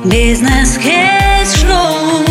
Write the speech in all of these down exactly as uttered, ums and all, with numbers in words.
Бизнес-кейс-шоу.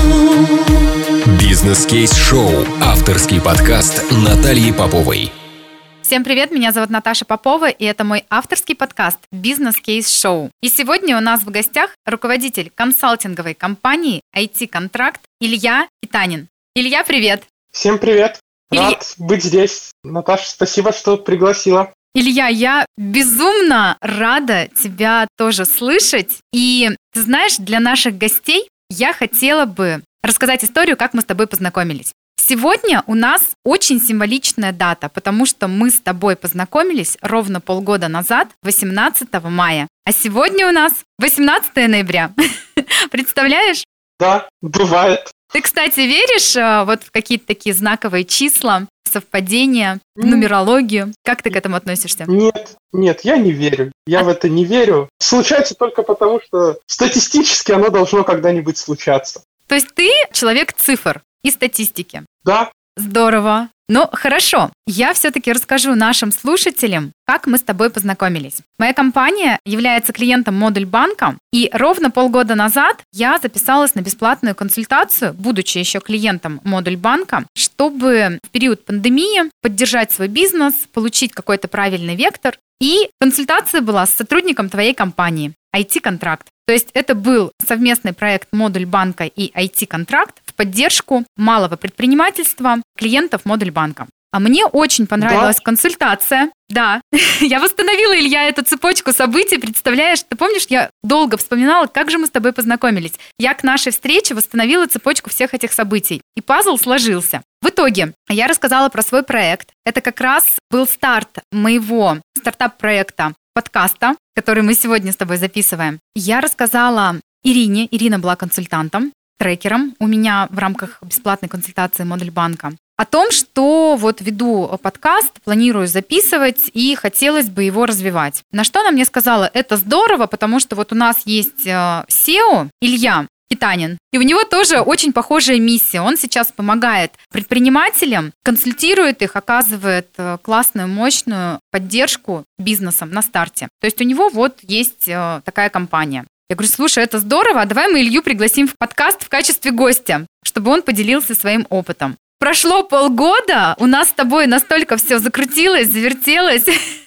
Бизнес-кейс-шоу. Авторский подкаст Натальи Поповой. Всем привет, меня зовут Наташа Попова, и это мой авторский подкаст «Бизнес-кейс-шоу». И сегодня у нас в гостях руководитель консалтинговой компании ай ти-контракт Илья Китанин. Илья, привет! Всем привет! Илья... Рад быть здесь. Наташа, спасибо, что пригласила. Илья, я безумно рада тебя тоже слышать. И ты знаешь, для наших гостей я хотела бы рассказать историю, как мы с тобой познакомились. Сегодня у нас очень символичная дата, потому что мы с тобой познакомились ровно полгода назад, восемнадцатого мая. А сегодня у нас восемнадцатое ноября. Представляешь? Да, бывает. Ты, кстати, веришь вот в какие-то такие знаковые числа, совпадения, в нумерологию? Как ты к этому относишься? Нет, нет, я не верю. Я а... в это не верю. Случается только потому, что статистически оно должно когда-нибудь случаться. То есть ты человек цифр и статистики? Да. Здорово. Ну, хорошо. Я все-таки расскажу нашим слушателям, как мы с тобой познакомились. Моя компания является клиентом Модуль банка, и ровно полгода назад я записалась на бесплатную консультацию, будучи еще клиентом Модуль банка, чтобы в период пандемии поддержать свой бизнес, получить какой-то правильный вектор. И консультация была с сотрудником твоей компании, ай ти-контракт. То есть это был совместный проект Модуль банка и ай ти-контракт в поддержку малого предпринимательства клиентов Модуль банка. А мне очень понравилась да. консультация. Да, я восстановила, Илья, эту цепочку событий. Представляешь, ты помнишь, я долго вспоминала, как же мы с тобой познакомились. Я к нашей встрече восстановила цепочку всех этих событий. И пазл сложился. В итоге я рассказала про свой проект. Это как раз был старт моего стартап-проекта подкаста, который мы сегодня с тобой записываем. Я рассказала Ирине. Ирина была консультантом, трекером у меня в рамках бесплатной консультации Модуль банка. О том, что вот веду подкаст, планирую записывать и хотелось бы его развивать. На что она мне сказала, это здорово, потому что вот у нас есть сео Илья Китанин, и у него тоже очень похожая миссия. Он сейчас помогает предпринимателям, консультирует их, оказывает классную, мощную поддержку бизнесам на старте. То есть у него вот есть такая компания. Я говорю, слушай, это здорово, а давай мы Илью пригласим в подкаст в качестве гостя, чтобы он поделился своим опытом. Прошло полгода, у нас с тобой настолько все закрутилось, завертелось,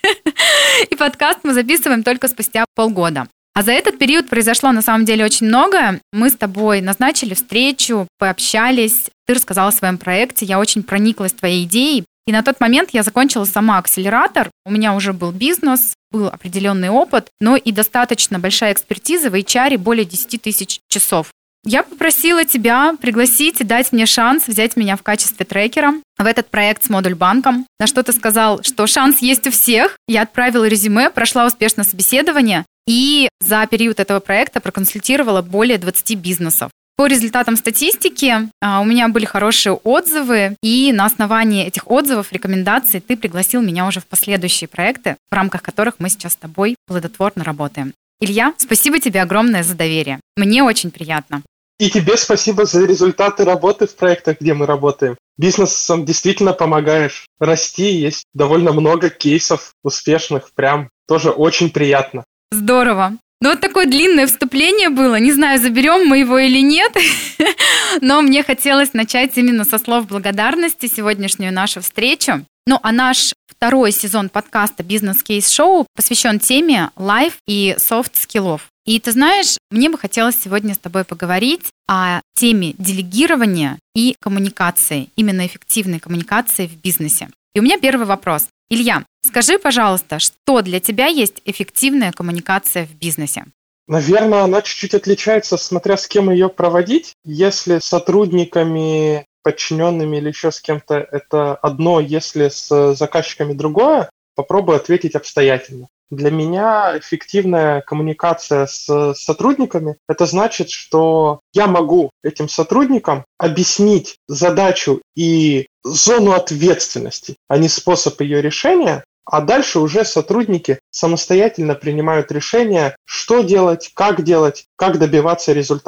и подкаст мы записываем только спустя полгода. А за этот период произошло на самом деле очень многое. Мы с тобой назначили встречу, пообщались, ты рассказала о своем проекте, я очень прониклась твоей идеей. И на тот момент я закончила сама акселератор, у меня уже был бизнес, был определенный опыт, но и достаточно большая экспертиза в эйч ар, более десять тысяч часов. Я попросила тебя пригласить и дать мне шанс взять меня в качестве трекера в этот проект с Модуль банком. На что ты сказал, что шанс есть у всех. Я отправила резюме, прошла успешно собеседование и за период этого проекта проконсультировала более двадцати бизнесов. По результатам статистики у меня были хорошие отзывы, и на основании этих отзывов, рекомендаций ты пригласил меня уже в последующие проекты, в рамках которых мы сейчас с тобой плодотворно работаем. Илья, спасибо тебе огромное за доверие. Мне очень приятно. И тебе спасибо за результаты работы в проектах, где мы работаем. Бизнесом действительно помогаешь расти, есть довольно много кейсов успешных, прям тоже очень приятно. Здорово. Ну вот такое длинное вступление было, не знаю, заберем мы его или нет, но мне хотелось начать именно со слов благодарности сегодняшнюю нашу встречу. Ну а наш второй сезон подкаста «Бизнес-кейс-шоу» посвящен теме лайф и софт-скиллов. И ты знаешь, мне бы хотелось сегодня с тобой поговорить о теме делегирования и коммуникации, именно эффективной коммуникации в бизнесе. И у меня первый вопрос. Илья, скажи, пожалуйста, что для тебя есть эффективная коммуникация в бизнесе? Наверное, она чуть-чуть отличается, смотря с кем ее проводить. Если с сотрудниками, подчиненными или еще с кем-то, это одно, если с заказчиками другое, попробую ответить обстоятельно. Для меня эффективная коммуникация с сотрудниками – это значит, что я могу этим сотрудникам объяснить задачу и зону ответственности, а не способ ее решения, а дальше уже сотрудники самостоятельно принимают решение, что делать, как делать, как добиваться результата.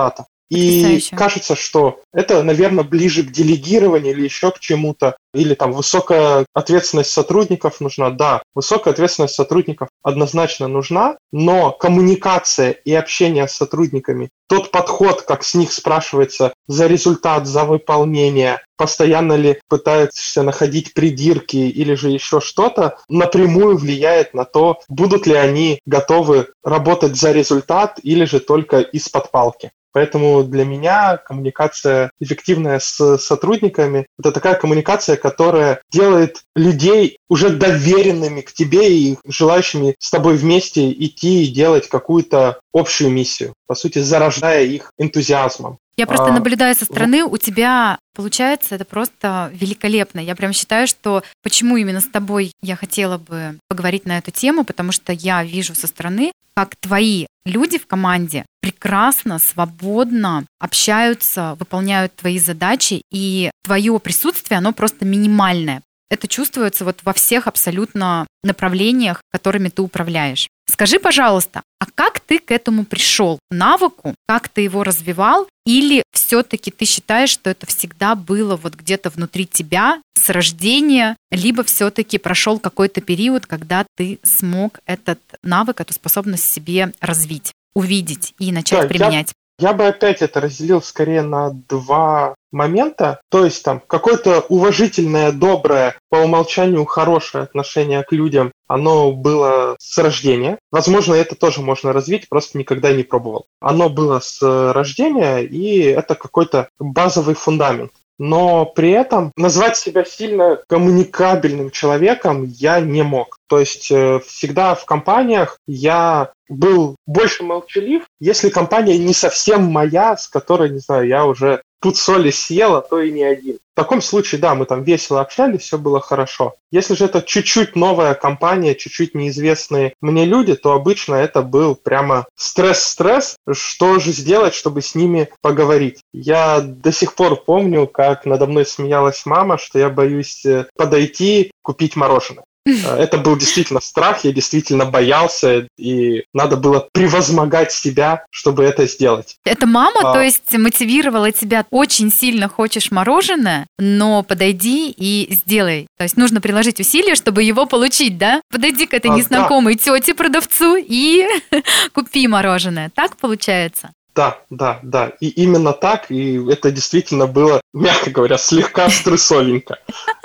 И Потрясающе. кажется, что это, наверное, ближе к делегированию или еще к чему-то. Или там высокая ответственность сотрудников нужна. Да, высокая ответственность сотрудников однозначно нужна, но коммуникация и общение с сотрудниками, тот подход, как с них спрашивается за результат, за выполнение, постоянно ли пытаешься находить придирки или же еще что-то, напрямую влияет на то, будут ли они готовы работать за результат или же только из-под палки. Поэтому для меня коммуникация эффективная с сотрудниками – это такая коммуникация, которая делает людей уже доверенными к тебе и желающими с тобой вместе идти и делать какую-то общую миссию, по сути, зарождая их энтузиазмом. Я просто А, наблюдаю со стороны, у тебя получается это просто великолепно. Я прям считаю, что почему именно с тобой я хотела бы поговорить на эту тему, потому что я вижу со стороны, как твои люди в команде прекрасно, свободно общаются, выполняют твои задачи, и твое присутствие, оно просто минимальное. Это чувствуется вот во всех абсолютно направлениях, которыми ты управляешь. Скажи, пожалуйста, а как ты к этому пришел, навыку, как ты его развивал, или все-таки ты считаешь, что это всегда было вот где-то внутри тебя с рождения, либо все-таки прошел какой-то период, когда ты смог этот навык, эту способность в себе развить, увидеть и начать Да, применять? Я бы опять это разделил скорее на два момента. То есть там какое-то уважительное, доброе, по умолчанию хорошее отношение к людям, оно было с рождения. Возможно, это тоже можно развить, просто никогда не пробовал. Оно было с рождения, и это какой-то базовый фундамент. Но при этом назвать себя сильно коммуникабельным человеком я не мог. То есть э, всегда в компаниях я был больше молчалив, если компания не совсем моя, с которой, не знаю, я уже пуд соли съел, а то и не один. В таком случае, да, мы там весело общались, все было хорошо. Если же это чуть-чуть новая компания, чуть-чуть неизвестные мне люди, то обычно это был прямо стресс-стресс, что же сделать, чтобы с ними поговорить. Я до сих пор помню, как надо мной смеялась мама, что я боюсь подойти, купить мороженое. Это был действительно страх, я действительно боялся, и надо было превозмогать себя, чтобы это сделать. Это мама, А. то есть, мотивировала тебя, очень сильно хочешь мороженое, но подойди и сделай. То есть нужно приложить усилия, чтобы его получить, да? Подойди к этой А, незнакомой тете-продавцу и купи мороженое. Так получается? Да, да, да. И именно так, и это действительно было, мягко говоря, слегка стрессовенько.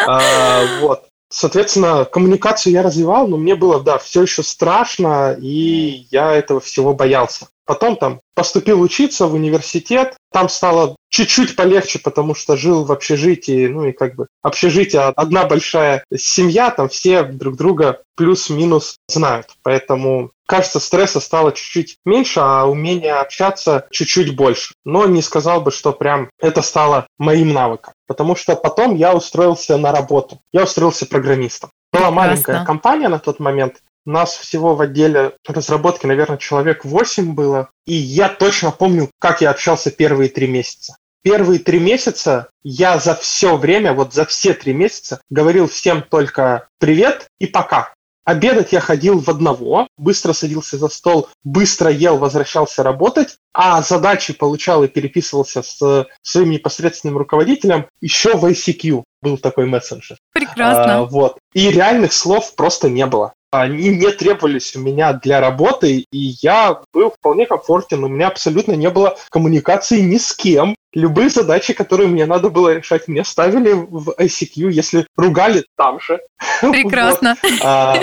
А, вот. Соответственно, коммуникацию я развивал, но мне было, да, все еще страшно, и я этого всего боялся. Потом там поступил учиться в университет, там стало чуть-чуть полегче, потому что жил в общежитии, ну и как бы общежитие, одна большая семья, там все друг друга плюс-минус знают. Поэтому, кажется, стресса стало чуть-чуть меньше, а умения общаться чуть-чуть больше. Но не сказал бы, что прям это стало моим навыком. Потому что потом я устроился на работу. Я устроился программистом. Была Прекрасно. маленькая компания на тот момент. Нас всего в отделе разработки, наверное, человек восемь было. И я точно помню, как я общался первые три месяца. Первые три месяца я за все время, вот за все три месяца говорил всем только «привет» и «пока». Обедать я ходил в одного, быстро садился за стол, быстро ел, возвращался работать, а задачи получал и переписывался с своим непосредственным руководителем еще в ай си кью. Был такой мессенджер. Прекрасно. А, вот. И реальных слов просто не было. Они не требовались у меня для работы, и я был вполне комфортен. У меня абсолютно не было коммуникации ни с кем. Любые задачи, которые мне надо было решать, мне ставили в ай си кью, если ругали там же. Прекрасно. Вот. А,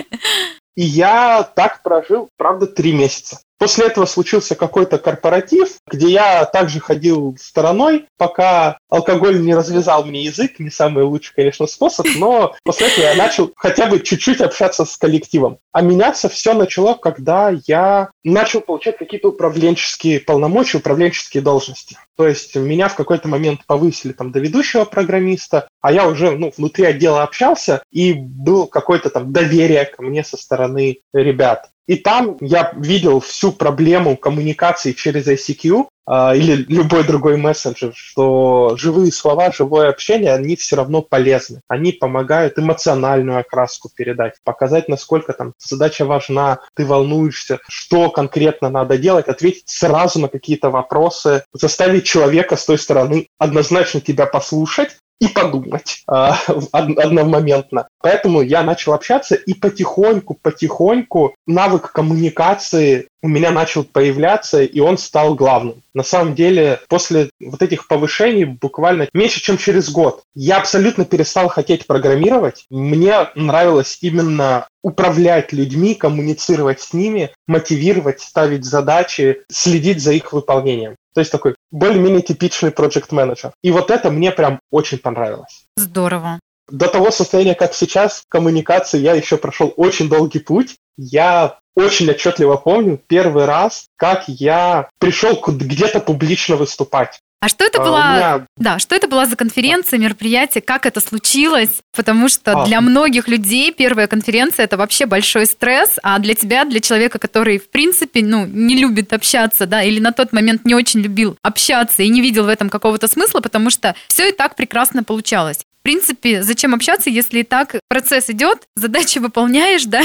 и я так прожил, правда, три месяца. После этого случился какой-то корпоратив, где я также ходил стороной, пока алкоголь не развязал мне язык. Не самый лучший, конечно, способ, но после этого я начал хотя бы чуть-чуть общаться с коллективом. А меняться все начало, когда я начал получать какие-то управленческие полномочия, управленческие должности. То есть меня в какой-то момент повысили там до ведущего программиста, а я уже ну, внутри отдела общался, и было какое-то там доверие ко мне со стороны ребят. И там я видел всю проблему коммуникации через ай си кью, э, или любой другой мессенджер, что живые слова, живое общение, они все равно полезны. Они помогают эмоциональную окраску передать, показать, насколько там задача важна, ты волнуешься, что конкретно надо делать, ответить сразу на какие-то вопросы, заставить человека с той стороны однозначно тебя послушать и подумать э, одномоментно. Поэтому я начал общаться, и потихоньку, потихоньку навык коммуникации у меня начал появляться, и он стал главным. На самом деле, после вот этих повышений, буквально меньше, чем через год, я абсолютно перестал хотеть программировать. Мне нравилось именно управлять людьми, коммуницировать с ними, мотивировать, ставить задачи, следить за их выполнением. То есть такой более-менее типичный проект-менеджер. И вот это мне прям очень понравилось. Здорово. До того состояния, как сейчас, в коммуникации я еще прошел очень долгий путь. Я очень отчетливо помню первый раз, как я пришел где-то публично выступать. А что это А, была, у меня... да, что это была за конференция, мероприятие, как это случилось? Потому что А. для многих людей первая конференция – это вообще большой стресс, а для тебя, для человека, который, в принципе, ну, не любит общаться, да, или на тот момент не очень любил общаться и не видел в этом какого-то смысла, потому что все и так прекрасно получалось. В принципе, зачем общаться, если и так процесс идет, задачи выполняешь, да?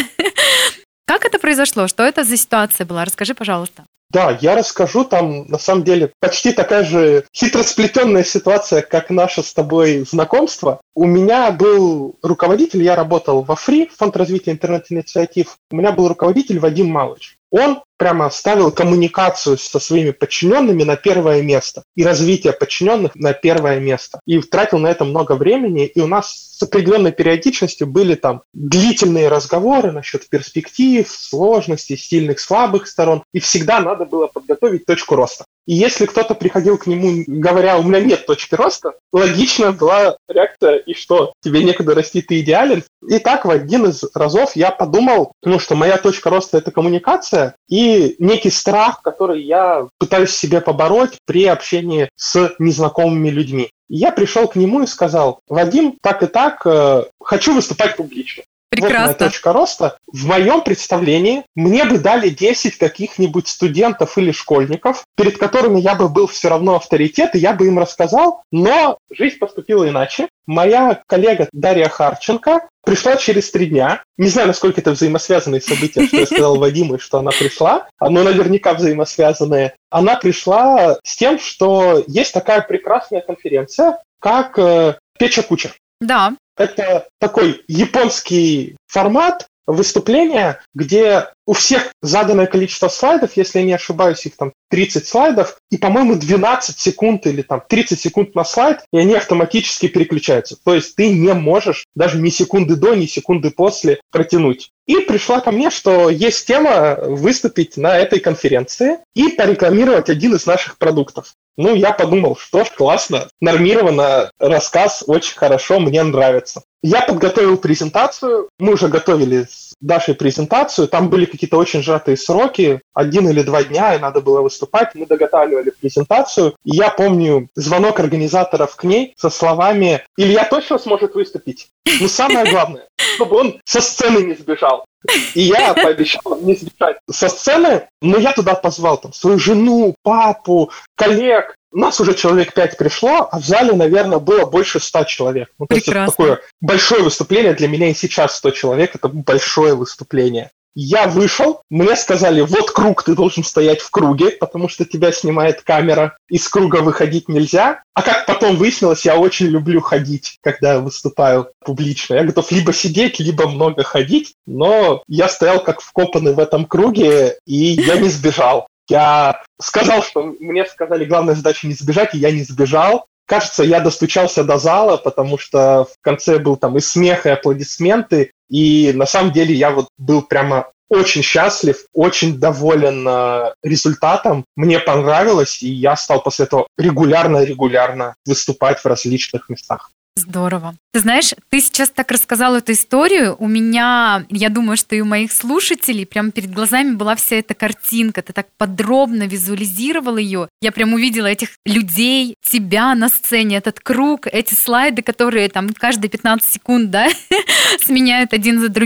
Как это произошло? Что это за ситуация была? Расскажи, пожалуйста. Да, я расскажу, там на самом деле почти такая же хитросплетенная ситуация, как наше с тобой знакомство. У меня был руководитель, я работал во ФРИ, Фонд развития интернет-инициатив. У меня был руководитель Вадим Малыч. Он прямо ставил коммуникацию со своими подчиненными на первое место и развитие подчиненных на первое место. И тратил на это много времени, и у нас с определенной периодичностью были там длительные разговоры насчет перспектив, сложностей, сильных, слабых сторон, и всегда надо было подготовить точку роста. И если кто-то приходил к нему, говоря, у меня нет точки роста, логично была реакция, и что, тебе некуда расти, ты идеален. И так в один из разов я подумал, ну, что моя точка роста – это коммуникация, и некий страх, который я пытаюсь себе побороть при общении с незнакомыми людьми. И я пришел к нему и сказал: Вадим, так и так, э, хочу выступать публично. Прекрасно. Вот моя точка роста. В моем представлении мне бы дали десять каких-нибудь студентов или школьников, перед которыми я бы был все равно авторитет, и я бы им рассказал, но жизнь поступила иначе. Моя коллега Дарья Харченко пришла через три дня. Не знаю, насколько это взаимосвязанные события, что я сказал Вадиму, и что она пришла, но наверняка взаимосвязанные. Она пришла с тем, что есть такая прекрасная конференция, как э, Печа Кучер. Да. Это такой японский формат выступления, где у всех заданное количество слайдов, если я не ошибаюсь, их там тридцать слайдов, и, по-моему, двенадцать секунд или там тридцать секунд на слайд, и они автоматически переключаются. То есть ты не можешь даже ни секунды до, ни секунды после протянуть. И пришла ко мне, что есть тема выступить на этой конференции и порекламировать один из наших продуктов. Ну, я подумал, что ж, классно, нормировано, рассказ очень хорошо, мне нравится. Я подготовил презентацию, мы уже готовили с Дашей презентацию, там были какие-то очень сжатые сроки, один или два дня, и надо было выступать, мы доготавливали презентацию, и я помню звонок организаторов к ней со словами: «Илья точно сможет выступить? Но самое главное, чтобы он со сцены не сбежал». И я пообещал не сбежать со сцены, но я туда позвал там свою жену, папу, коллег. У нас уже человек пять пришло, а в зале, наверное, было больше ста человек. Ну, то есть это такое большое выступление. Для меня и сейчас сто человек – это большое выступление. Я вышел, мне сказали: вот круг, ты должен стоять в круге, потому что тебя снимает камера, из круга выходить нельзя. А как потом выяснилось, я очень люблю ходить, когда выступаю публично. Я готов либо сидеть, либо много ходить, но я стоял как вкопанный в этом круге, и я не сбежал. Я сказал, что мне сказали, главная задача не сбежать, и я не сбежал. Кажется, я достучался до зала, потому что в конце был там и смех, и аплодисменты, и на самом деле я вот был прямо очень счастлив, очень доволен э, результатом. Мне понравилось, и я стал после этого регулярно-регулярно выступать в различных местах. Здорово. Ты знаешь, ты сейчас так рассказал эту историю, у меня, я думаю, что и у моих слушателей прямо перед глазами была вся эта картинка, ты так подробно визуализировал ее, я прям увидела этих людей, тебя на сцене, этот круг, эти слайды, которые там каждые пятнадцать секунд, да, сменяют один за другим.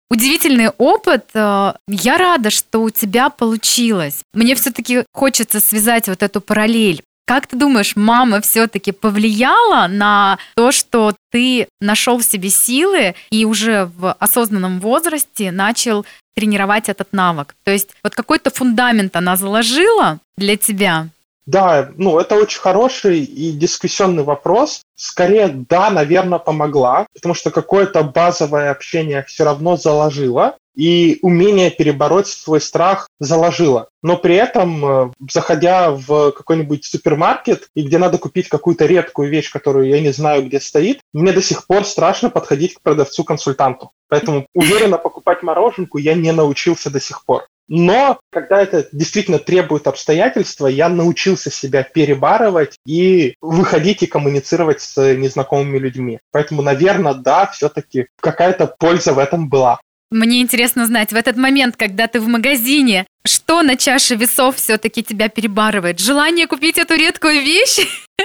Удивительный опыт. Я рада, что у тебя получилось. Мне все-таки хочется связать вот эту параллель. Как ты думаешь, мама все-таки повлияла на то, что ты нашел в себе силы и уже в осознанном возрасте начал тренировать этот навык? То есть вот какой-то фундамент она заложила для тебя? Да, ну это очень хороший и дискуссионный вопрос. Скорее, да, наверное, помогла, потому что какое-то базовое общение все равно заложило, и умение перебороть свой страх заложило. Но при этом, заходя в какой-нибудь супермаркет, и где надо купить какую-то редкую вещь, которую я не знаю, где стоит, мне до сих пор страшно подходить к продавцу-консультанту. Поэтому уверенно покупать мороженку я не научился до сих пор. Но когда это действительно требует обстоятельства, я научился себя перебарывать и выходить и коммуницировать с незнакомыми людьми. Поэтому, наверное, да, все-таки какая-то польза в этом была. Мне интересно знать, в этот момент, когда ты в магазине, что на чаше весов все-таки тебя перебарывает? Желание купить эту редкую вещь?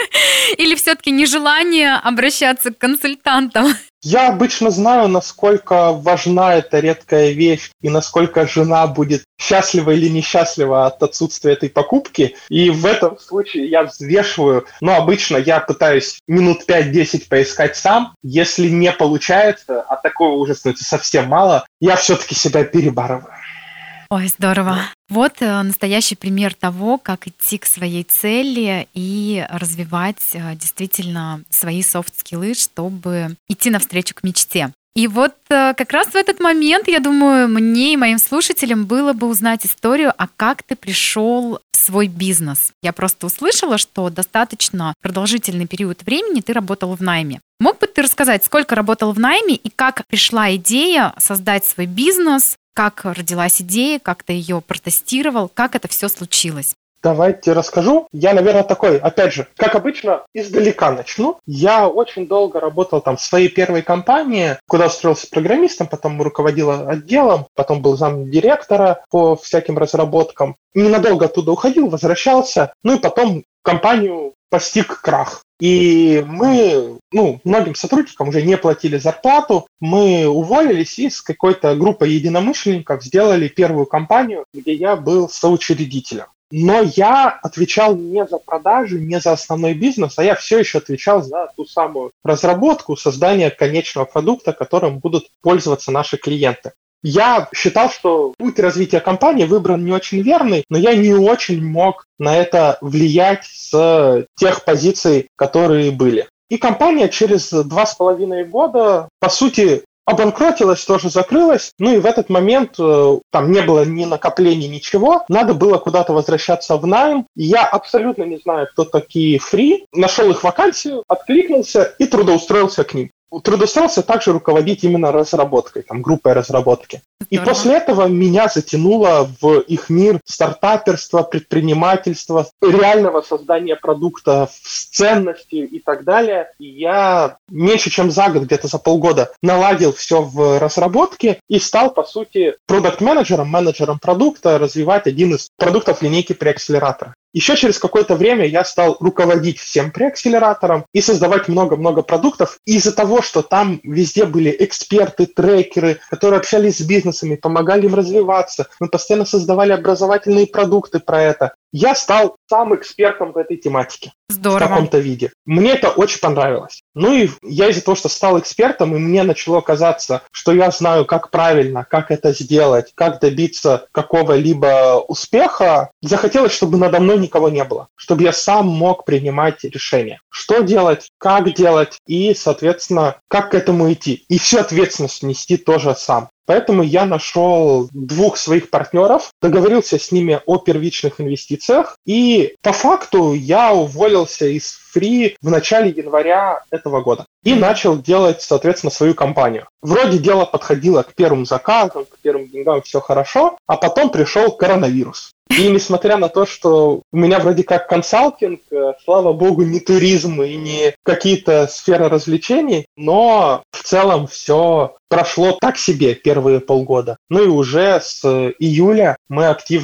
Или все-таки нежелание обращаться к консультантам? Я обычно знаю, насколько важна эта редкая вещь и насколько жена будет счастлива или несчастлива от отсутствия этой покупки. И в этом случае я взвешиваю, но обычно я пытаюсь минут пять-десять поискать сам. Если не получается, а такого уже становится совсем мало, я все-таки себя перебарываю. Ой, здорово. Вот настоящий пример того, как идти к своей цели и развивать действительно свои софт-скиллы, чтобы идти навстречу к мечте. И вот как раз в этот момент, я думаю, мне и моим слушателям было бы узнать историю, а как ты пришел в свой бизнес. Я просто услышала, что достаточно продолжительный период времени ты работал в найме. Мог бы ты рассказать, сколько работал в найме и как пришла идея создать свой бизнес, как родилась идея, как ты ее протестировал, как это все случилось? Давайте расскажу. Я, наверное, такой, опять же, как обычно, издалека начну. Я очень долго работал там в своей первой компании, куда устроился программистом, потом руководил отделом, потом был замдиректора по всяким разработкам. Ненадолго оттуда уходил, возвращался, ну и потом компанию постиг крах. И мы, ну, многим сотрудникам уже не платили зарплату, мы уволились и с какой-то группой единомышленников сделали первую компанию, где я был соучредителем. Но я отвечал не за продажи, не за основной бизнес, а я все еще отвечал за ту самую разработку, создание конечного продукта, которым будут пользоваться наши клиенты. Я считал, что путь развития компании выбран не очень верный, но я не очень мог на это влиять с тех позиций, которые были. И компания через два с половиной года, по сути, обанкротилась, тоже закрылась. Ну и в этот момент э, там не было ни накоплений, ничего. Надо было куда-то возвращаться в найм. Я абсолютно не знаю, кто такие фри. Нашел их вакансию, откликнулся и трудоустроился к ним. Трудоустроился также руководить именно разработкой, там, группой разработки. И Здорово. после этого меня затянуло в их мир стартаперства, предпринимательства, реального создания продукта с ценностью и так далее. И я меньше чем за год, где-то за полгода, наладил все в разработке и стал, по сути, продакт-менеджером, менеджером продукта, развивать один из продуктов линейки преакселератора. Еще через какое-то время я стал руководить всем преакселератором и создавать много-много продуктов. И из-за того, что там везде были эксперты, трекеры, которые общались с бизнесами, помогали им развиваться, мы постоянно создавали образовательные продукты про это, я стал сам экспертом в этой тематике. Здорово. В каком-то виде. Мне это очень понравилось. Ну и я из-за того, что стал экспертом, и мне начало казаться, что я знаю, как правильно, как это сделать, как добиться какого-либо успеха, захотелось, чтобы надо мной никого не было, чтобы я сам мог принимать решения. Что делать, как делать и, соответственно, как к этому идти. И всю ответственность нести тоже сам. Поэтому я нашел двух своих партнеров, договорился с ними о первичных инвестициях, и по факту я уволился из Free в начале января этого года и начал делать, соответственно, свою компанию. Вроде дело подходило к первым заказам, к первым деньгам, все хорошо, а потом пришел коронавирус. И несмотря на то, что у меня вроде как консалтинг, слава богу, не туризм и не какие-то сферы развлечений, но в целом все прошло так себе первые полгода. Ну и уже с июля мы активно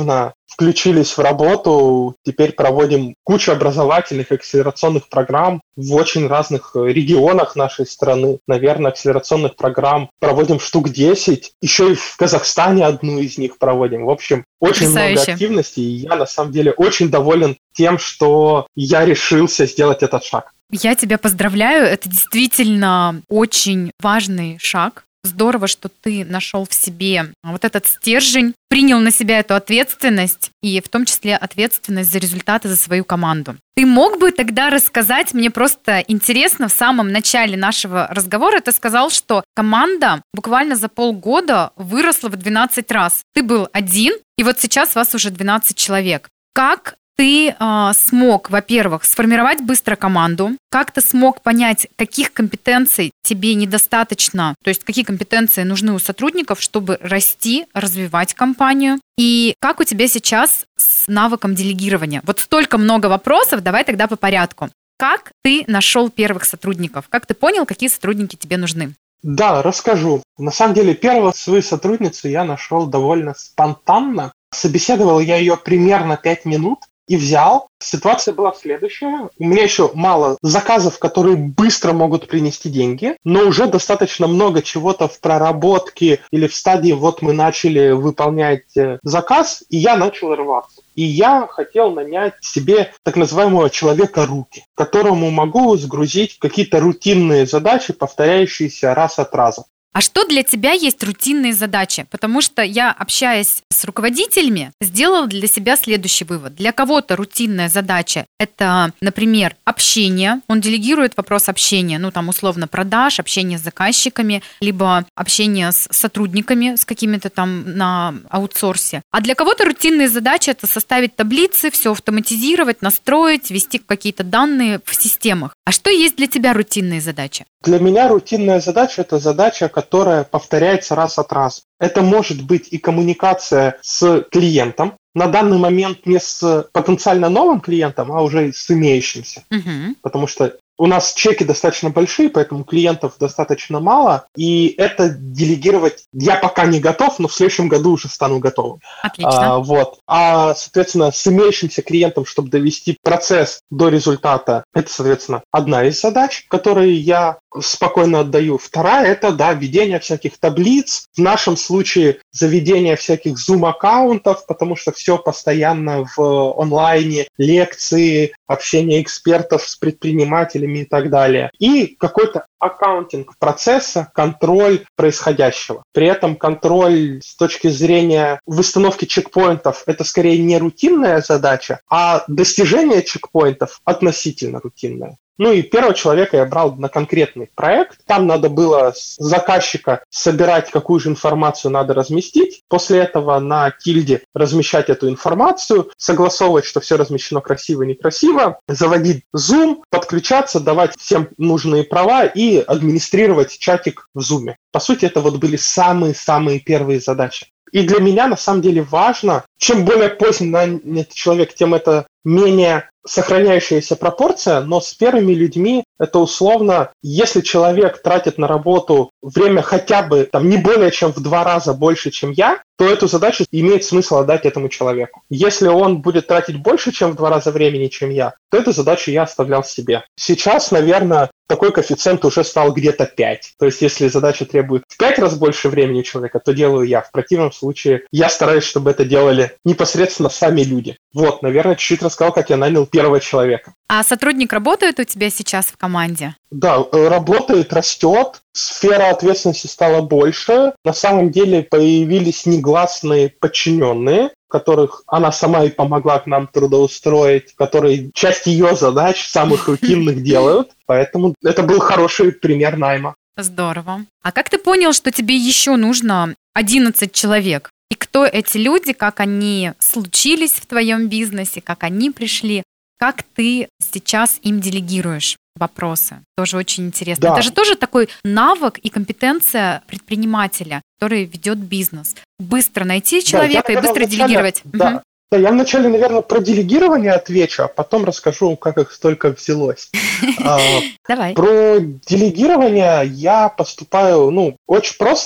включились в работу, теперь проводим кучу образовательных акселерационных программ в очень разных регионах нашей страны. Наверное, акселерационных программ проводим штук десять. Еще и в Казахстане одну из них проводим. В общем, очень Потрясающе. много активностей, и я на самом деле очень доволен тем, что я решился сделать этот шаг. Я тебя поздравляю, это действительно очень важный шаг. Здорово, что ты нашел в себе вот этот стержень, принял на себя эту ответственность, и в том числе ответственность за результаты, за свою команду. Ты мог бы тогда рассказать, мне просто интересно, в самом начале нашего разговора ты сказал, что команда буквально за полгода выросла в двенадцать раз. Ты был один, и вот сейчас вас уже двенадцать человек. Как ты э, смог, во-первых, сформировать быстро команду, как ты смог понять, каких компетенций тебе недостаточно, то есть какие компетенции нужны у сотрудников, чтобы расти, развивать компанию, и как у тебя сейчас с навыком делегирования? Вот столько много вопросов, давай тогда по порядку. Как ты нашел первых сотрудников? Как ты понял, какие сотрудники тебе нужны? Да, расскажу. На самом деле, первую свою сотрудницу я нашел довольно спонтанно. Собеседовал я ее примерно пять минут. И взял. Ситуация была следующая. У меня еще мало заказов, которые быстро могут принести деньги, но уже достаточно много чего-то в проработке или в стадии вот мы начали выполнять заказ, и я начал рваться. И я хотел нанять себе так называемого человека-руки, которому могу сгрузить какие-то рутинные задачи, повторяющиеся раз от раза. А что для тебя есть рутинные задачи? Потому что я, общаясь с руководителями, сделала для себя следующий вывод. Для кого-то рутинная задача – это, например, общение. Он делегирует вопрос общения, ну там условно продаж, общение с заказчиками, либо общение с сотрудниками, с какими-то там на аутсорсе. А для кого-то рутинные задачи – это составить таблицы, все автоматизировать, настроить, ввести какие-то данные в системах. А что есть для тебя рутинные задачи? Для меня рутинная задача – это задача, которая повторяется раз от раза. Это может быть и коммуникация с клиентом, на данный момент не с потенциально новым клиентом, а уже с имеющимся. Угу. Потому что у нас чеки достаточно большие, поэтому клиентов достаточно мало, и это делегировать я пока не готов, но в следующем году уже стану готовым. Отлично. А, вот. а соответственно, с имеющимся клиентом, чтобы довести процесс до результата, это, соответственно, одна из задач, которые я спокойно отдаю. Вторая – это, да, ведение всяких таблиц, в нашем случае заведение всяких Zoom-аккаунтов, потому что все постоянно в онлайне, лекции, общение экспертов с предпринимателями и так далее. И какой-то аккаунтинг процесса, контроль происходящего. При этом контроль с точки зрения выстановки чекпоинтов – это скорее не рутинная задача, а достижение чекпоинтов относительно рутинное. Ну и первого человека я брал на конкретный проект. Там надо было с заказчика собирать, какую же информацию надо разместить. После этого на тильде размещать эту информацию, согласовывать, что все размещено красиво и некрасиво, заводить Zoom, подключаться, давать всем нужные права и администрировать чатик в Zoom. По сути, это вот были самые-самые первые задачи. И для меня на самом деле важно, чем более поздний нанят человек, тем это менее сохраняющаяся пропорция, но с первыми людьми это условно, если человек тратит на работу время хотя бы там, не более чем в два раза больше, чем я, то эту задачу имеет смысл отдать этому человеку. Если он будет тратить больше, чем в два раза времени, чем я, то эту задачу я оставлял себе. Сейчас, наверное, такой коэффициент уже стал где-то пять. То есть, если задача требует в пять раз больше времени человека, то делаю я. В противном случае я стараюсь, чтобы это делали непосредственно сами люди. Вот, наверное, чуть-чуть рассказал, как я нанял первого человека. А сотрудник работает у тебя сейчас в команде? Да, работает, растет, сфера ответственности стала больше. На самом деле появились негласные подчиненные, которых она сама и помогла к нам трудоустроить, которые часть ее задач, самых рутинных, делают. Поэтому это был хороший пример найма. Здорово. А как ты понял, что тебе еще нужно одиннадцать человек? И кто эти люди, как они случились в твоем бизнесе, как они пришли? Как ты сейчас им делегируешь вопросы? Тоже очень интересно. Да. Это же тоже такой навык и компетенция предпринимателя, который ведет бизнес. Быстро найти человека да, я, и быстро вначале, делегировать. Да. Угу. Да, я вначале, наверное, про делегирование отвечу, а потом расскажу, как их столько взялось. Давай. Про делегирование я поступаю, ну, очень просто.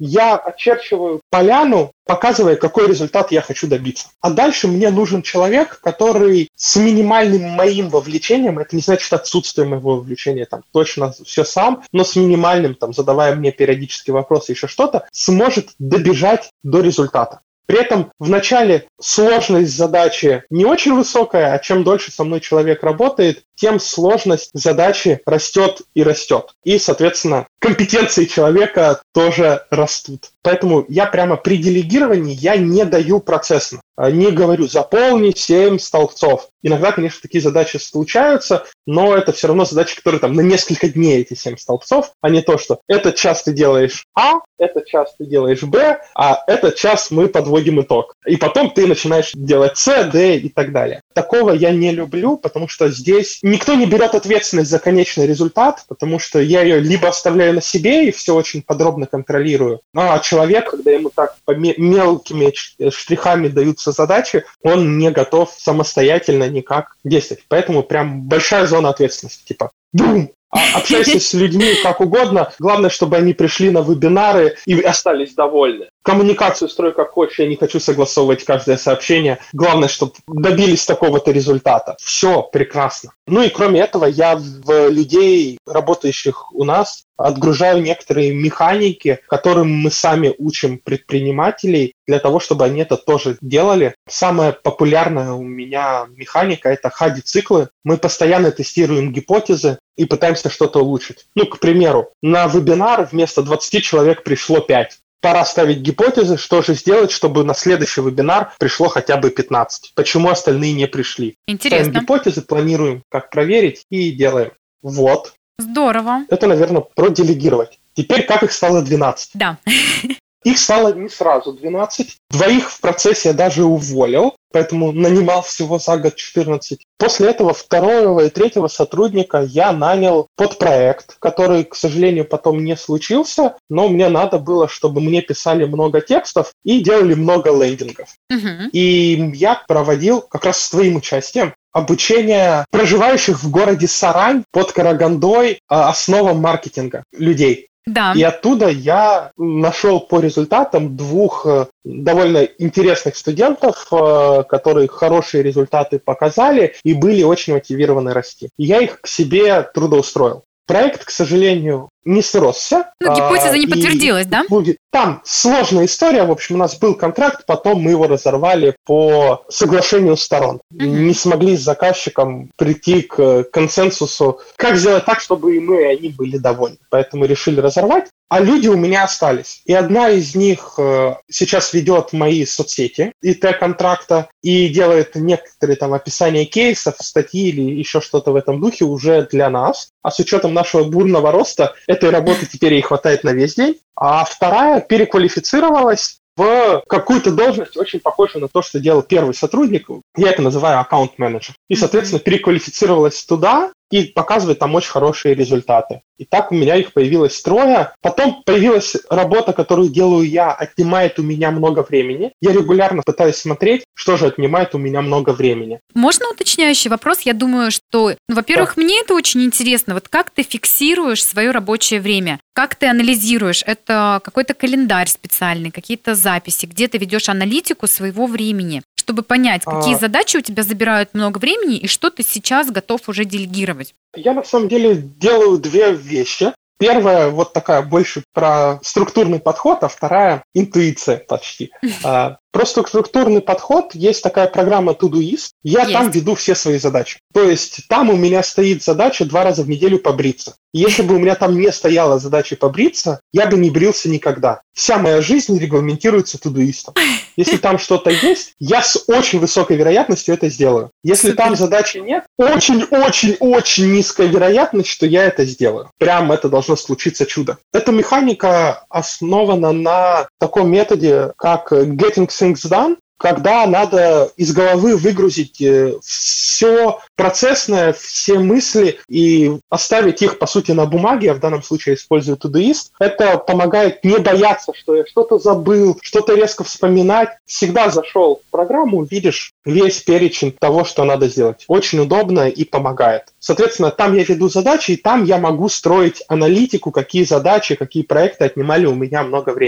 я очерчиваю поляну, показывая, какой результат я хочу добиться. А дальше мне нужен человек, который с минимальным моим вовлечением, это не значит отсутствие моего вовлечения, там точно все сам, но с минимальным, там, задавая мне периодически вопросы, еще что-то, сможет добежать до результата. При этом в начале сложность задачи не очень высокая, а чем дольше со мной человек работает, тем сложность задачи растет и растет. И, соответственно, компетенции человека тоже растут. Поэтому я прямо при делегировании я не даю процессно. Не говорю, заполни семь столбцов. Иногда, конечно, такие задачи случаются, но это все равно задачи, которые там на несколько дней эти семь столбцов, а не то, что этот час ты делаешь А, этот час ты делаешь Б, а этот час мы подводим итог. И потом ты начинаешь делать С, Д и так далее. Такого я не люблю, потому что здесь никто не берет ответственность за конечный результат, потому что я ее либо оставляю на себе и все очень подробно контролирую, а человек, когда ему так по мелкими штрихами даются задачи, он не готов самостоятельно никак действовать. Поэтому прям большая зона ответственности, типа бум! А общайся с людьми как угодно. Главное, чтобы они пришли на вебинары и остались довольны. Коммуникацию строй как хочешь, я не хочу согласовывать каждое сообщение. Главное, чтобы добились такого-то результата. Все прекрасно. Ну и кроме этого, я в людей, работающих у нас, отгружаю некоторые механики, которым мы сами учим предпринимателей, для того, чтобы они это тоже делали. Самая популярная у меня механика – это хади-циклы. Мы постоянно тестируем гипотезы и пытаемся что-то улучшить. Ну, к примеру, на вебинар вместо двадцати человек пришло пять. Пора ставить гипотезы, что же сделать, чтобы на следующий вебинар пришло хотя бы пятнадцать. Почему остальные не пришли? Интересно. Ставим гипотезы, планируем, как проверить, и делаем. Вот. Здорово. Это, наверное, про делегировать. Теперь как их стало двенадцать? Да. Их стало не сразу двенадцать. Двоих в процессе я даже уволил, поэтому нанимал всего за год четырнадцать. После этого второго и третьего сотрудника я нанял под проект, который, к сожалению, потом не случился, но мне надо было, чтобы мне писали много текстов и делали много лендингов. Угу. И я проводил как раз с твоим участием обучение проживающих в городе Сарань под Карагандой основам маркетинга людей. Да. И оттуда я нашел по результатам двух довольно интересных студентов, которые хорошие результаты показали и были очень мотивированы расти. И я их к себе трудоустроил. Проект, к сожалению, не сросся. Ну, гипотеза не подтвердилась, да? Будет. Там сложная история. В общем, у нас был контракт, потом мы его разорвали по соглашению сторон. Mm-hmm. Не смогли с заказчиком прийти к консенсусу, как сделать так, чтобы и мы, и они были довольны. Поэтому решили разорвать. А люди у меня остались. И одна из них э, сейчас ведет мои соцсети и Т-контракта, и делает некоторые там описания кейсов, статьи или еще что-то в этом духе уже для нас. А с учетом нашего бурного роста, этой работы теперь ей хватает на весь день. А вторая переквалифицировалась в какую-то должность, очень похожую на то, что делал первый сотрудник. Я это называю аккаунт-менеджер. И, соответственно, переквалифицировалась туда и показывает там очень хорошие результаты. И так у меня их появилось трое. Потом появилась работа, которую делаю я, отнимает у меня много времени. Я регулярно пытаюсь смотреть, что же отнимает у меня много времени. Можно уточняющий вопрос? Я думаю, что, ну, во-первых, да. Мне это очень интересно. Вот как ты фиксируешь свое рабочее время? Как ты анализируешь? Это какой-то календарь специальный, какие-то записи, где ты ведешь аналитику своего времени, чтобы понять, какие а... задачи у тебя забирают много времени и что ты сейчас готов уже делегировать? Я на самом деле делаю две вещи. Первая вот такая больше про структурный подход, а вторая интуиция почти. Про структурный подход есть такая программа Todoist. Я есть. Там веду все свои задачи. То есть там у меня стоит задача два раза в неделю побриться. Если бы у меня там не стояла задача побриться, я бы не брился никогда. Вся моя жизнь регламентируется Todoist. Если там что-то есть, я с очень высокой вероятностью это сделаю. Если Супер. Там задачи нет, очень-очень-очень низкая вероятность, что я это сделаю. Прям это должно случиться чудо. Эта механика основана на таком методе, как Getting Things Done, когда надо из головы выгрузить все процессное, все мысли и оставить их, по сути, на бумаге. Я в данном случае использую Todoist. Это помогает не бояться, что я что-то забыл, что-то резко вспоминать. Всегда зашел в программу, видишь весь перечень того, что надо сделать. Очень удобно и помогает. Соответственно, там я веду задачи, и там я могу строить аналитику, какие задачи, какие проекты отнимали у меня много времени.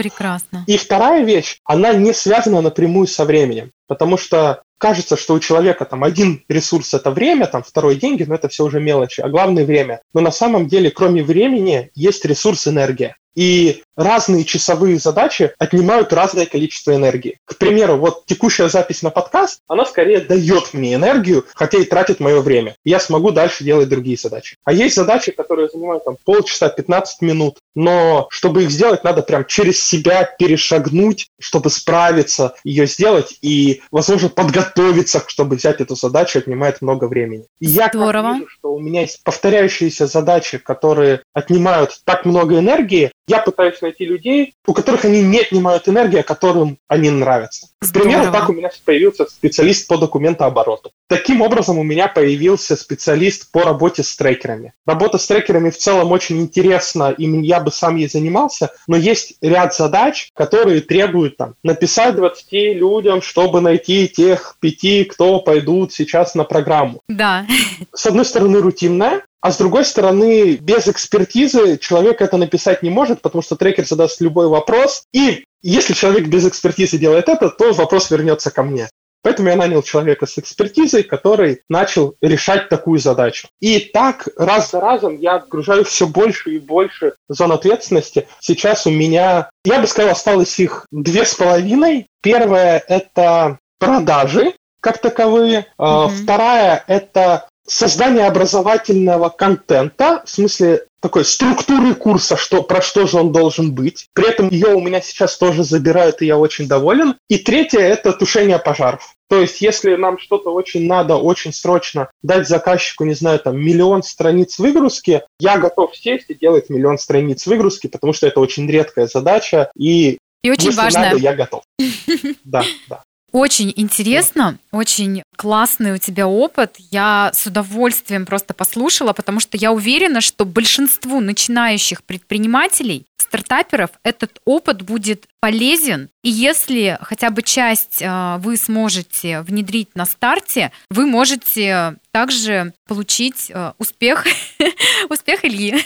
Прекрасно. И вторая вещь, она не связана напрямую со временем, потому что кажется, что у человека там один ресурс – это время, там второй – деньги, но это все уже мелочи, а главное – время. Но на самом деле, кроме времени, есть ресурс энергия. И разные часовые задачи отнимают разное количество энергии. К примеру, вот текущая запись на подкаст, она скорее дает мне энергию, хотя и тратит мое время. Я смогу дальше делать другие задачи. А есть задачи, которые занимают там полчаса, пятнадцать минут, но чтобы их сделать, надо прям через себя перешагнуть, чтобы справиться, ее сделать и, возможно, подготовиться, чтобы взять эту задачу, отнимает много времени. И я как вижу, что у меня есть повторяющиеся задачи, которые отнимают так много энергии, я пытаюсь найти людей, у которых они не отнимают энергии, а которым они нравятся. К примеру, так у меня появился специалист по документообороту. Таким образом, у меня появился специалист по работе с трекерами. Работа с трекерами в целом очень интересна, и я бы сам ей занимался, но есть ряд задач, которые требуют там, написать двадцати людям, чтобы найти тех пяти, кто пойдут сейчас на программу. Да. С одной стороны, рутинная, а с другой стороны, без экспертизы человек это написать не может, потому что трекер задаст любой вопрос, и если человек без экспертизы делает это, то вопрос вернется ко мне. Поэтому я нанял человека с экспертизой, который начал решать такую задачу. И так раз за разом я отгружаю все больше и больше зон ответственности. Сейчас у меня, я бы сказал, осталось их две с половиной. Первая – это продажи как таковые. Mm-hmm. Вторая – это создание образовательного контента, в смысле такой структуры курса, что, про что же он должен быть. При этом ее у меня сейчас тоже забирают, и я очень доволен. И третье – это тушение пожаров. То есть, если нам что-то очень надо, очень срочно дать заказчику, не знаю, там, миллион страниц выгрузки, я готов сесть и делать миллион страниц выгрузки, потому что это очень редкая задача, и, и очень если важная. надо, я готов. Да, да. Очень интересно, очень классный у тебя опыт. Я с удовольствием просто послушала, потому что я уверена, что большинству начинающих предпринимателей, стартаперов, этот опыт будет полезен. И если хотя бы часть вы сможете внедрить на старте, вы можете также получить успех, успех Ильи.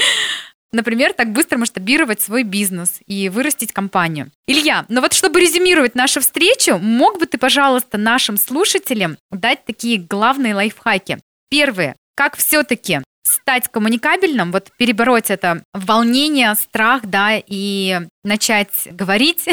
Например, так быстро масштабировать свой бизнес и вырастить компанию. Илья, ну вот чтобы резюмировать нашу встречу, мог бы ты, пожалуйста, нашим слушателям дать такие главные лайфхаки? Первое. Как все-таки стать коммуникабельным, вот перебороть это волнение, страх, да, и начать говорить.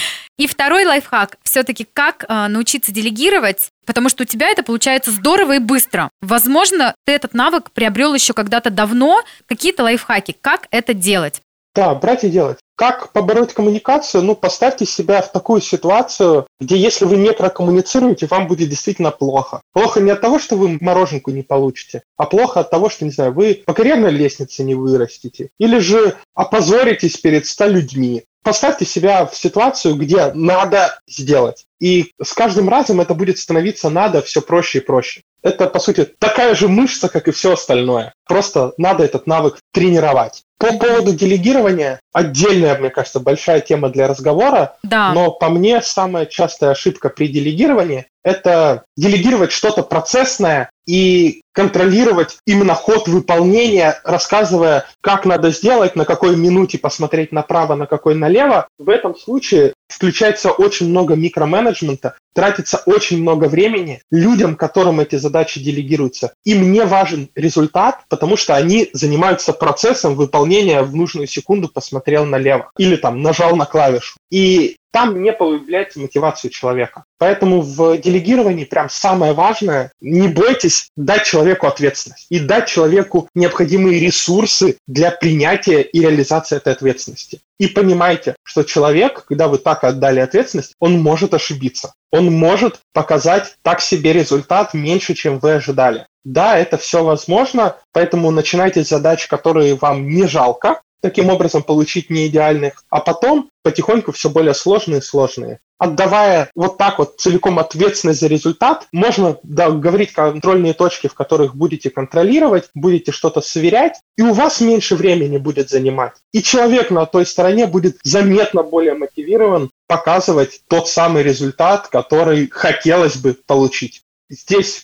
И второй лайфхак, все-таки как э, научиться делегировать, потому что у тебя это получается здорово и быстро. Возможно, ты этот навык приобрел еще когда-то давно. Какие-то лайфхаки, как это делать? Да, брать и делать. Как побороть коммуникацию? Ну, поставьте себя в такую ситуацию, где если вы не прокоммуницируете, вам будет действительно плохо. Плохо не от того, что вы мороженку не получите, а плохо от того, что, не знаю, вы по карьерной лестнице не вырастете. Или же опозоритесь перед ста людьми. Поставьте себя в ситуацию, где надо сделать. И с каждым разом это будет становиться надо все проще и проще. Это, по сути, такая же мышца, как и все остальное. Просто надо этот навык тренировать. По поводу делегирования, отдельная, мне кажется, большая тема для разговора. Да. Но по мне самая частая ошибка при делегировании – это делегировать что-то процессное и контролировать именно ход выполнения, рассказывая, как надо сделать, на какой минуте посмотреть направо, на какой налево. В этом случае включается очень много микроменеджмента, тратится очень много времени людям, которым эти задачи делегируются. Им не важен результат, потому что они занимаются процессом выполнения, в нужную секунду посмотрел налево или там нажал на клавишу. И там не появляется мотивация человека. Поэтому в делегировании прям самое важное – не бойтесь дать человеку ответственность и дать человеку необходимые ресурсы для принятия и реализации этой ответственности. И понимайте, что человек, когда вы так отдали ответственность, он может ошибиться. Он может показать так себе результат меньше, чем вы ожидали. Да, это все возможно, поэтому начинайте с задач, которые вам не жалко, таким образом получить неидеальных, а потом потихоньку все более сложные и сложные. Отдавая вот так вот целиком ответственность за результат, можно да, говорить контрольные точки, в которых будете контролировать, будете что-то сверять, и у вас меньше времени будет занимать. И человек на той стороне будет заметно более мотивирован показывать тот самый результат, который хотелось бы получить. Здесь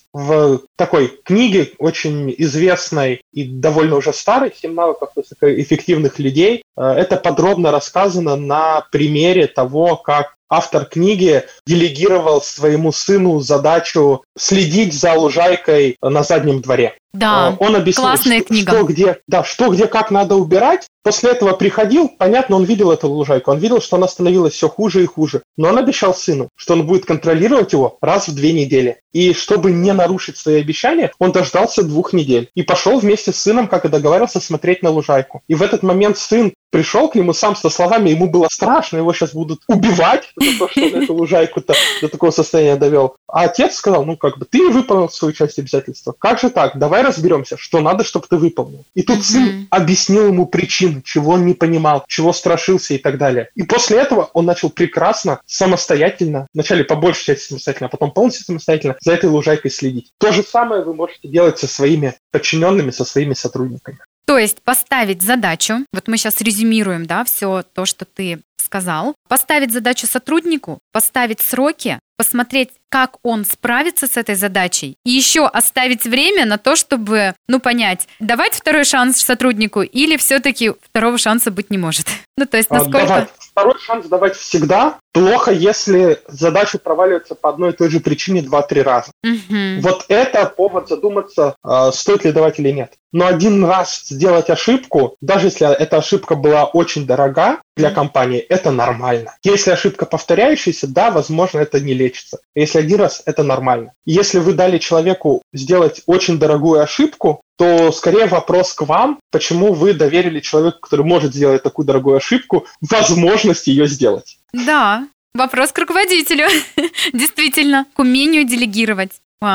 в такой книге, очень известной и довольно уже старой, «Семь навыков высокоэффективных людей». Это подробно рассказано на примере того, как автор книги делегировал своему сыну задачу следить за лужайкой на заднем дворе. Да, он объяснил, классная что, книга. Что, где, да, что, где, как надо убирать. После этого приходил, понятно, он видел эту лужайку, он видел, что она становилась все хуже и хуже. Но он обещал сыну, что он будет контролировать его раз в две недели. И чтобы не нарушить свои обещания, он дождался двух недель. И пошел вместе с сыном, как и договаривался, смотреть на лужайку. И в этот момент сын пришел к нему сам со словами, ему было страшно, его сейчас будут убивать за то, что он эту лужайку-то до такого состояния довел. А отец сказал, ну как бы, ты выполнил свою часть обязательства. Как же так? Давай разберемся, что надо, чтобы ты выполнил. И тут mm-hmm. сын объяснил ему причины, чего он не понимал, чего страшился и так далее. И после этого он начал прекрасно, самостоятельно, вначале по большей части самостоятельно, а потом полностью самостоятельно за этой лужайкой следить. То же самое вы можете делать со своими подчиненными, со своими сотрудниками. То есть поставить задачу, вот мы сейчас резюмируем, да, все то, что ты сказал, поставить задачу сотруднику, поставить сроки, посмотреть, как он справится с этой задачей, и еще оставить время на то, чтобы, ну, понять, давать второй шанс сотруднику или все-таки второго шанса быть не может. Ну, то есть насколько... Давать. Второй шанс давать всегда. Плохо, если задача проваливается по одной и той же причине два-три раза. Угу. Вот это повод задуматься, стоит ли давать или нет. Но один раз сделать ошибку, даже если эта ошибка была очень дорога для компании, это нормально. Если ошибка повторяющаяся, да, возможно, это не лечится. Если один раз, это нормально. Если вы дали человеку сделать очень дорогую ошибку, то скорее вопрос к вам, почему вы доверили человеку, который может сделать такую дорогую ошибку, возможность ее сделать. Да, вопрос к руководителю. Действительно, к умению делегировать.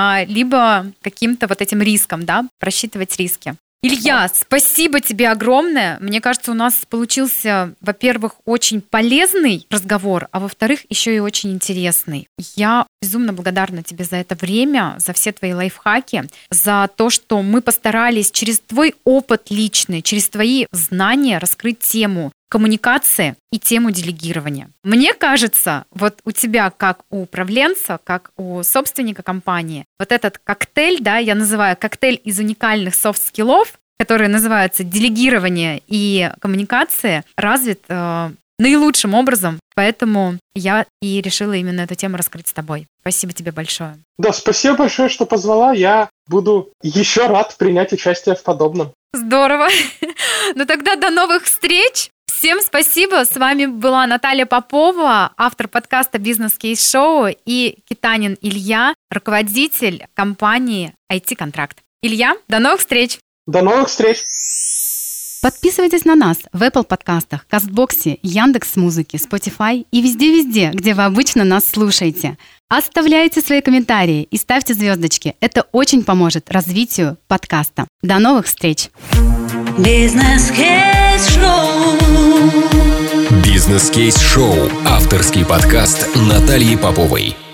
Либо каким-то вот этим риском, да, просчитывать риски. Илья, спасибо тебе огромное. Мне кажется, у нас получился, во-первых, очень полезный разговор, а во-вторых, еще и очень интересный. Я безумно благодарна тебе за это время, за все твои лайфхаки, за то, что мы постарались через твой опыт личный, через твои знания раскрыть тему коммуникации и тему делегирования. Мне кажется, вот у тебя, как у управленца, как у собственника компании, вот этот коктейль, да, я называю коктейль из уникальных софт-скиллов, которые называются делегирование и коммуникация, развит э, наилучшим образом. Поэтому я и решила именно эту тему раскрыть с тобой. Спасибо тебе большое. Да, спасибо большое, что позвала. Я буду еще рад принять участие в подобном. Здорово. Ну тогда до новых встреч. Всем спасибо. С вами была Наталья Попова, автор подкаста «Бизнес-кейс-шоу», и Китанин Илья, руководитель компании ай ти-Контракт. Илья, до новых встреч! До новых встреч! Подписывайтесь на нас в Apple подкастах, Кастбоксе, Яндекс.Музыке, Spotify и везде-везде, где вы обычно нас слушаете. Оставляйте свои комментарии и ставьте звездочки. Это очень поможет развитию подкаста. До новых встреч! Бизнес-кейс-шоу. Бизнес-кейс-шоу. Авторский подкаст Натальи Поповой.